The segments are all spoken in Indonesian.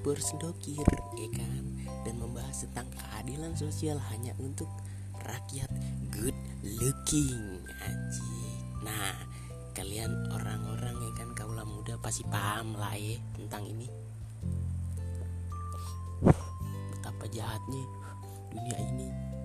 bersendokir, ya kan, dan membahas tentang keadilan sosial hanya untuk rakyat good looking, anjing. Nah, kalian orang-orang ya kan, kaula muda pasti paham lah ya tentang ini. Betapa jahatnya dunia ini.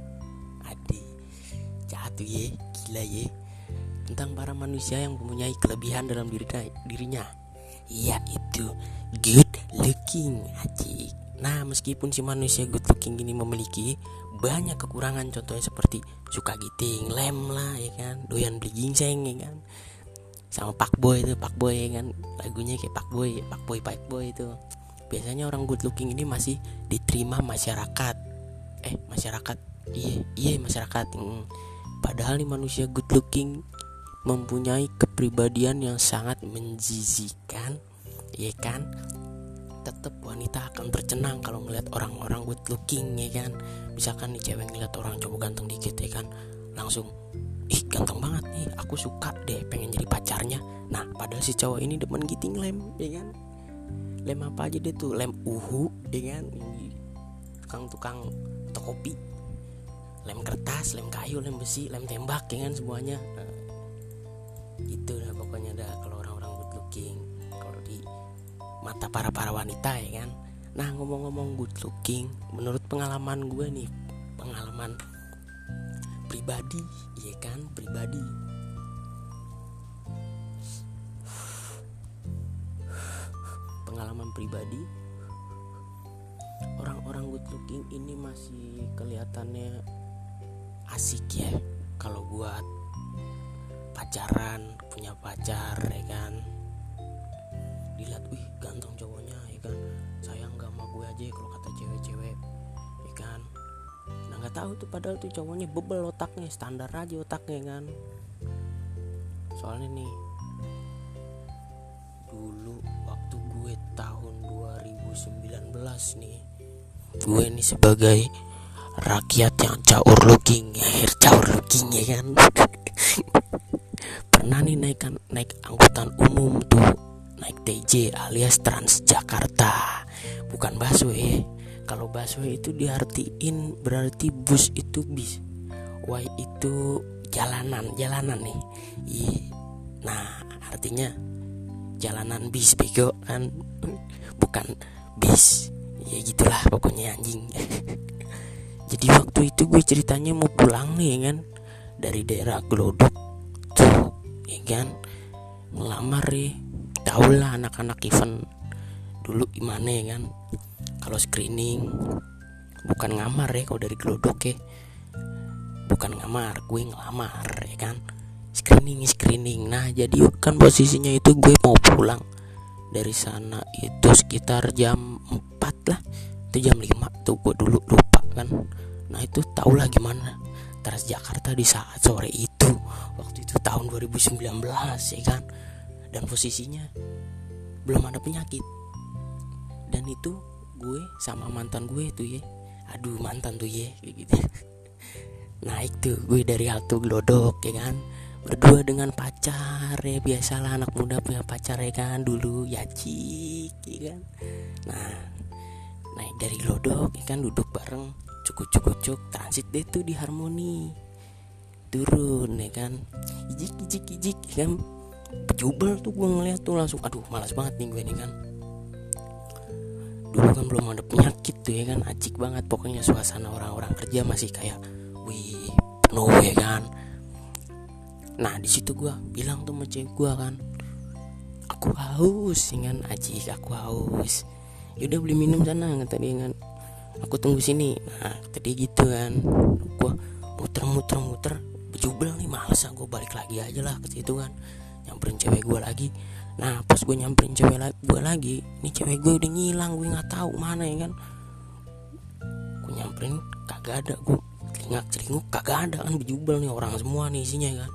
Jahat tuh ya, gila ya. Tentang para manusia yang mempunyai kelebihan dalam dirinya. Iya, itu good looking, anjing. Nah, meskipun si manusia good looking ini memiliki banyak kekurangan, contohnya seperti suka giting, lem lah ya kan, doyan beli ginseng ya kan, sama Pakboy ya kan, lagunya kayak Pakboy itu. Biasanya orang good looking ini masih diterima masyarakat. Masyarakat. Padahal nih manusia good looking mempunyai kepribadian yang sangat menjijikan, ya kan. Tetap wanita akan tercengang kalau ngeliat orang-orang good looking, ya kan. Misalkan nih cewek ngeliat orang cowok ganteng dikit, ya kan, langsung ganteng banget nih, aku suka deh, pengen jadi pacarnya. Nah, padahal si cowok ini demen giting lem, ya kan. Lem apa aja deh tuh, lem uhu, ya kan, tukang kopi, lem kertas, lem kayu, lem besi, lem tembak, ya kan, semuanya. Itu dah pokoknya dah kalau orang-orang good looking, kalau di mata para wanita, ya kan. Nah, ngomong-ngomong good looking, menurut pengalaman gue nih, pengalaman pribadi, ya kan, pengalaman pribadi, orang-orang good looking ini masih kelihatannya asik ya kalau buat pacaran, punya pacar, ya kan. Dilihat, ganteng cowoknya, ya kan, sayang gak sama gue aja kalau kata cewek-cewek, ya kan. Nah, nggak tahu tuh padahal tuh cowoknya bebel otaknya, standar aja otaknya, kan. Soalnya nih, dulu waktu gue tahun 2019 nih, gue nih sebagai rakyat yang caur looking, ya kan. Pernah nih naik angkutan umum tuh, naik TJ alias Transjakarta, bukan busway. Kalau busway itu diartiin berarti bus itu bis, Y itu jalanan nih. Nah, artinya jalanan bis, bego kan, bukan bis. Ya gitulah pokoknya, anjing. Jadi waktu itu gue ceritanya mau pulang nih, kan, dari daerah Glodok tuh, ya kan, ngelamar ya. Tau lah anak-anak event dulu gimana, ya kan. Kalau screening bukan ngamar ya, kalau dari Glodok ya, bukan ngamar, gue ngelamar, ya kan. Screening. Nah, jadi kan posisinya itu gue mau pulang dari sana itu sekitar jam 4 lah, itu jam 5 tuh, gue dulu lupa kan. Nah, itu tau lah gimana Transjakarta di saat sore itu, waktu itu tahun 2019, ya kan. Dan posisinya belum ada penyakit. Dan itu gue sama mantan gue tuh ya, mantan tuh ya, kayak gitu. Naik tuh gue dari halte Glodok, ya kan, berdua dengan pacar, ya biasalah anak muda punya pacar, ya kan, dulu ya cik, ya kan. Nah, naik dari Glodok, ya kan, duduk bareng, cuk transit deh tuh di Harmoni, turun, ya kan, ijik, ya kan. Pejubel tuh gue ngeliat tuh langsung, malas banget nih gue nih, kan. Dulu kan belum ada penyakit tuh, ya kan, acik banget pokoknya. Suasana orang-orang kerja masih kayak penuh, ya kan. Nah, di situ gue bilang tuh sama cewek gue, kan, aku haus, ya kan, acik, aku haus. Yaudah beli minum sana, kata dia, kan, aku tunggu sini. Nah, kata dia gitu, kan. Gue muter bejubel nih, males gue balik lagi aja lah ke situ, kan, nyamperin cewek gue lagi. Nah, pas gue nyamperin cewek gue lagi, ini cewek gue udah ngilang, gue nggak tahu mana, ya kan. Gue nyamperin kagak ada, gue celingak kagak ada, kan, bejubel nih orang semua nih isinya, kan.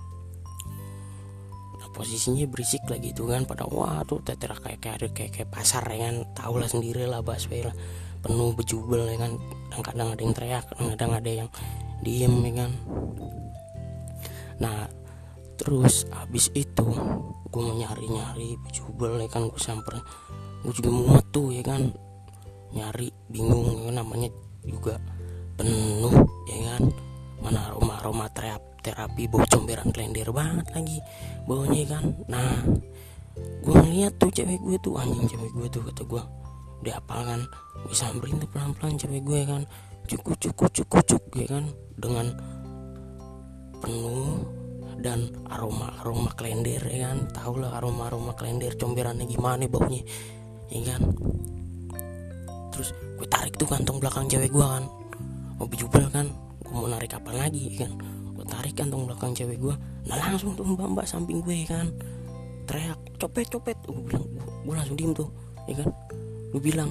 Nah, posisinya berisik lagi tuh, kan, pada tuh teterak kayak pasar, ya kan, tahu lah sendiri lah, busway lah, penuh bejubel, ya kan. Kadang-kadang ada yang teriak, kadang-kadang ada yang diem, ya kan. Nah, terus abis itu gue mau nyari bejubel, ya kan, gue samperin, gue juga muat tuh, ya kan. nyari bingung, namanya juga penuh ya kan, mana aroma terapi bau comberan klender banget lagi baunya kan. Nah gue ngeliat tuh cewek gue tuh, anjing cewek gue tuh, kata gue udah apal kan, gue samperin tuh pelan-pelan cewek gue kan, cuk ya kan, dengan penuh dan aroma klender ya kan, tau lah aroma klender comberannya gimana baunya ya kan. Terus gue tarik tuh kantong belakang cewek gue kan, mau bejubel kan, gue mau narik kapan lagi kan, gue tarik kantong belakang cewek gue. Nah langsung tuh mbak samping gue kan teriak copet, gue langsung diem tuh ya kan. Gue bilang,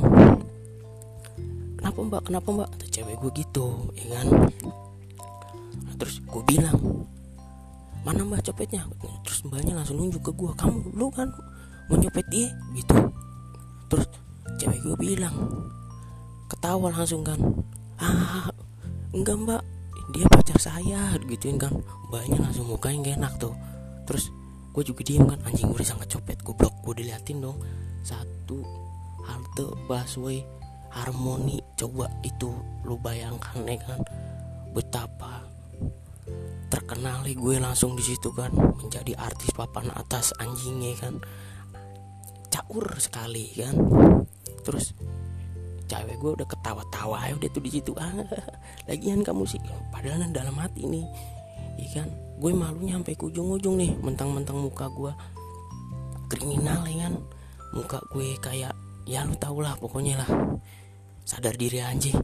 kenapa mbak, kata cewek gue gitu ya kan. Nah, terus gue bilang, mana mbak copetnya? Terus mbaknya langsung nunjuk ke gue, lu kan mau nyopet dia gitu. Terus cewek gue bilang, ketawa langsung kan, enggak mbak, dia pacar saya gituin kan. Mbaknya langsung mukanya gak enak tuh. Terus gue juga diem kan, anjing gue disangka copet, goblok. Gue diliatin dong, satu halte busway Harmoni, coba itu lu bayangkan ya kan, betapa terkenal gue langsung di situ kan, menjadi artis papan atas anjingnya kan, caur sekali kan. Terus cewek gue udah ketawa-tawa ya udah tuh di situ, lagian kamu sih, padahal dalam hati nih ya kan, gue malunya sampai ke ujung-ujung nih, mentang-mentang muka gue kriminal ya kan, muka gue kayak ya lu tau lah pokoknya lah, sadar diri anjing.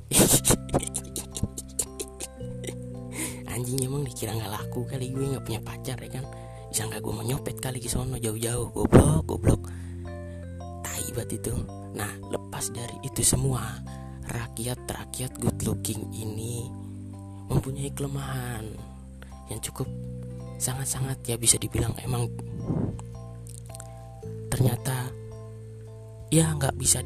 Anjing emang dikira nggak laku kali, gue nggak punya pacar ya kan, disangka gue mau nyopet kali ke sono jauh-jauh, goblok tai banget itu. Nah lepas dari itu semua, rakyat good looking ini mempunyai kelemahan yang cukup sangat-sangat ya bisa dibilang emang ternyata ya nggak bisa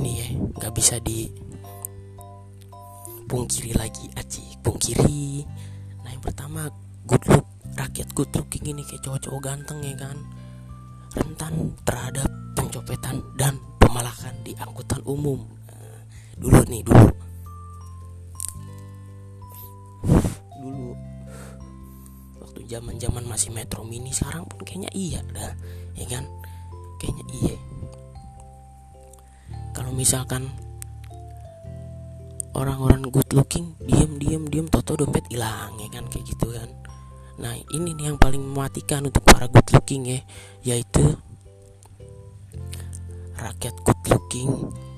dipungkiri lagi, pungkiri. Nah yang pertama, rakyat good looking ini kayak cowok-cowok ganteng ya kan, rentan terhadap pencopetan dan pemalakan di angkutan umum. Dulu waktu zaman masih Metro Mini, sekarang pun kayaknya iya dah ya kan, kayaknya iya. Kalau misalkan orang-orang good looking diem toto dompet hilang ya kan, kayak gitu kan. Nah ini nih yang paling mematikan untuk para good looking ya, yaitu rakyat good looking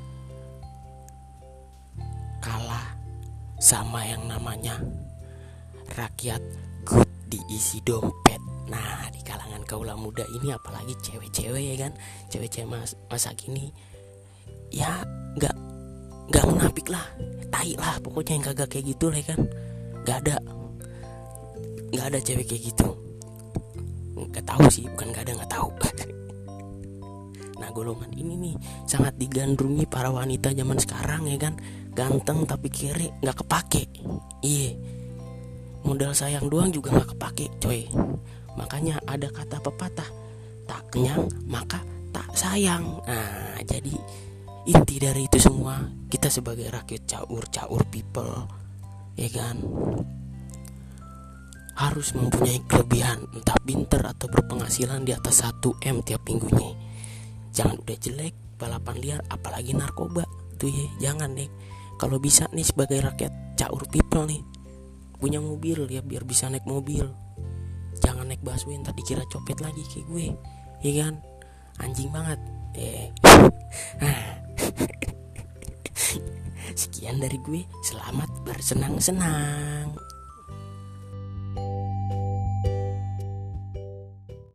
kalah sama yang namanya rakyat good diisi dompet. Nah di kalangan kaula muda ini, apalagi cewek-cewek ya kan, cewek-cewek masa kini ya nggak munafik lah, tai lah pokoknya yang kagak kayak gitu lah kan. Nggak ada cewek kayak gitu, nggak tahu sih, bukan nggak tahu. Nah golongan ini nih sangat digandrungi para wanita zaman sekarang ya kan, ganteng tapi kere nggak kepake. Iya, modal sayang doang juga nggak kepake coy. Makanya ada kata pepatah, tak kenyang maka tak sayang. Nah jadi inti dari itu semua, kita sebagai rakyat caur people ya kan, harus mempunyai kelebihan, entah pinter atau berpenghasilan di atas 1M tiap minggunya. Jangan udah jelek balapan liar, apalagi narkoba tuh ya, jangan deh. Kalau bisa nih sebagai rakyat caur people nih, punya mobil ya biar bisa naik mobil, jangan naik busway ntar dikira copet lagi kayak gue ya kan, anjing banget. Sekian dari gue, selamat bersenang-senang.